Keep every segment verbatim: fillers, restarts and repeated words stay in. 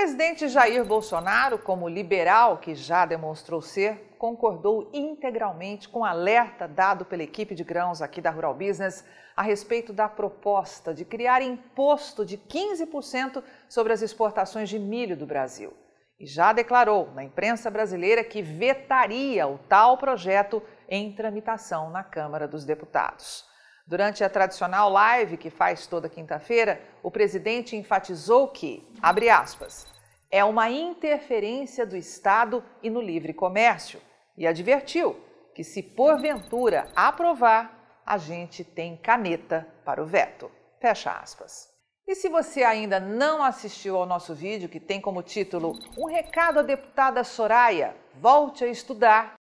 presidente Jair Bolsonaro, como liberal que já demonstrou ser, concordou integralmente com o alerta dado pela equipe de grãos aqui da Rural Business a respeito da proposta de criar imposto de quinze por cento sobre as exportações de milho do Brasil. E já declarou na imprensa brasileira que vetaria o tal projeto em tramitação na Câmara dos Deputados. Durante a tradicional live que faz toda quinta-feira, o presidente enfatizou que, abre aspas, é uma interferência do Estado e no livre comércio e advertiu que, se porventura aprovar, a gente tem caneta para o veto. Fecha aspas. E se você ainda não assistiu ao nosso vídeo, que tem como título Um recado à deputada Soraya, volte a estudar.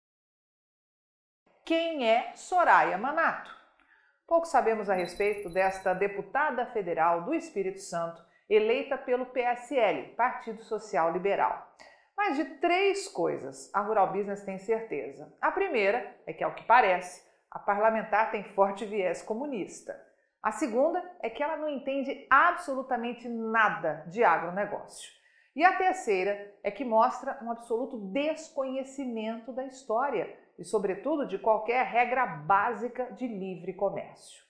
Quem é Soraya Manato? Pouco sabemos a respeito desta deputada federal do Espírito Santo, eleita pelo P S L, Partido Social Liberal. Mas de três coisas a Rural Business tem certeza. A primeira é que, ao que parece, a parlamentar tem forte viés comunista. A segunda é que ela não entende absolutamente nada de agronegócio. E a terceira é que mostra um absoluto desconhecimento da história e, sobretudo, de qualquer regra básica de livre comércio.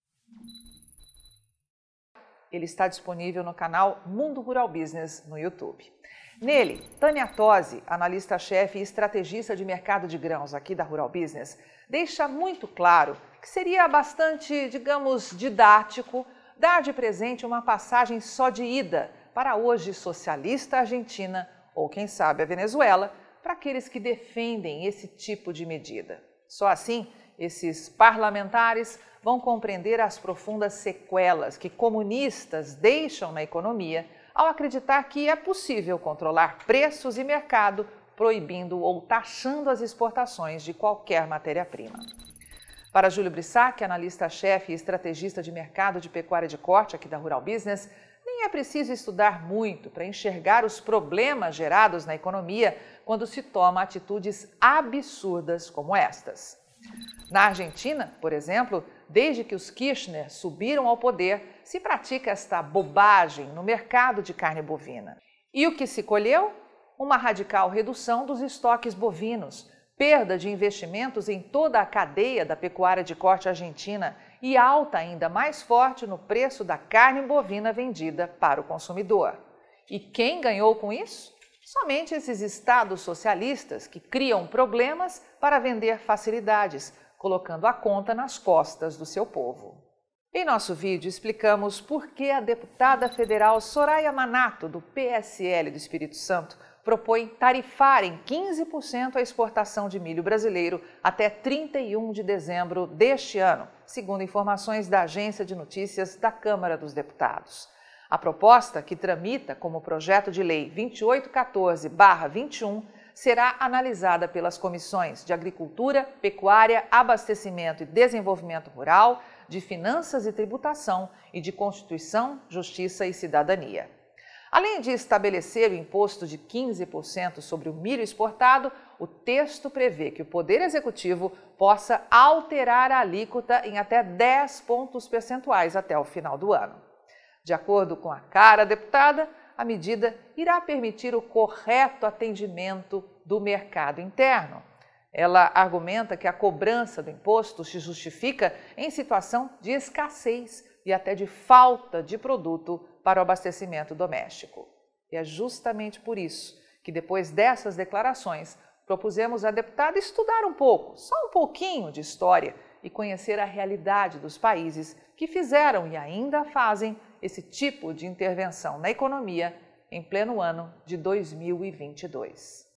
Ele está disponível no canal Mundo Rural Business no YouTube. Nele, Tânia Tosi, analista-chefe e estrategista de mercado de grãos aqui da Rural Business, deixa muito claro que seria bastante, digamos, didático dar de presente uma passagem só de ida para a hoje socialista Argentina ou, quem sabe, a Venezuela, para aqueles que defendem esse tipo de medida. Só assim, esses parlamentares vão compreender as profundas sequelas que comunistas deixam na economia ao acreditar que é possível controlar preços e mercado, proibindo ou taxando as exportações de qualquer matéria-prima. Para Júlio Brissac, analista-chefe e estrategista de mercado de pecuária de corte aqui da Rural Business, nem é preciso estudar muito para enxergar os problemas gerados na economia quando se toma atitudes absurdas como estas. Na Argentina, por exemplo, desde que os Kirchner subiram ao poder, se pratica esta bobagem no mercado de carne bovina. E o que se colheu? Uma radical redução dos estoques bovinos, perda de investimentos em toda a cadeia da pecuária de corte argentina e alta ainda mais forte no preço da carne bovina vendida para o consumidor. E quem ganhou com isso? Somente esses estados socialistas que criam problemas para vender facilidades, colocando a conta nas costas do seu povo. Em nosso vídeo explicamos por que a deputada federal Soraya Manato, do P S L do Espírito Santo, propõe tarifar em quinze por cento a exportação de milho brasileiro até trinta e um de dezembro deste ano, segundo informações da Agência de Notícias da Câmara dos Deputados. A proposta, que tramita como projeto de lei vinte e oito quatorze barra vinte e um, será analisada pelas comissões de Agricultura, Pecuária, Abastecimento e Desenvolvimento Rural, de Finanças e Tributação e de Constituição, Justiça e Cidadania. Além de estabelecer o imposto de quinze por cento sobre o milho exportado, o texto prevê que o Poder Executivo possa alterar a alíquota em até dez pontos percentuais até o final do ano. De acordo com a cara deputada, a medida irá permitir o correto atendimento do mercado interno. Ela argumenta que a cobrança do imposto se justifica em situação de escassez e até de falta de produto para o abastecimento doméstico. E é justamente por isso que, depois dessas declarações, propusemos à deputada estudar um pouco, só um pouquinho de história e conhecer a realidade dos países que fizeram e ainda fazem esse tipo de intervenção na economia em pleno ano de dois mil e vinte e dois.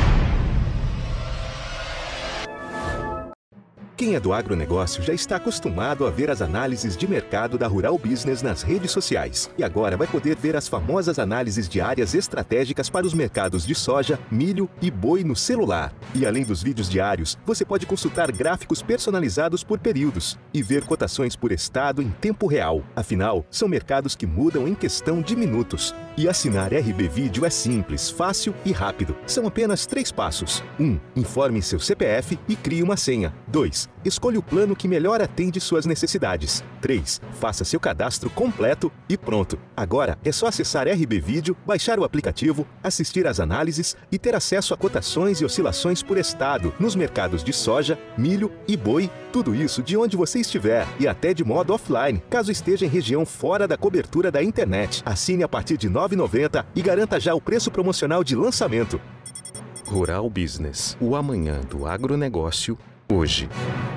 Quem é do agronegócio já está acostumado a ver as análises de mercado da Rural Business nas redes sociais. E agora vai poder ver as famosas análises de áreas estratégicas para os mercados de soja, milho e boi no celular. E além dos vídeos diários, você pode consultar gráficos personalizados por períodos e ver cotações por estado em tempo real. Afinal, são mercados que mudam em questão de minutos. E assinar R B Vídeo é simples, fácil e rápido. São apenas três passos. um. Informe seu C P F e crie uma senha. dois. Escolha o plano que melhor atende suas necessidades. três. Faça seu cadastro completo e pronto. Agora é só acessar R B Vídeo, baixar o aplicativo, assistir às análises e ter acesso a cotações e oscilações por estado, nos mercados de soja, milho e boi. Tudo isso de onde você estiver e até de modo offline, caso esteja em região fora da cobertura da internet. Assine a partir de nove reais e noventa centavos e garanta já o preço promocional de lançamento. Rural Business, o amanhã do agronegócio, hoje.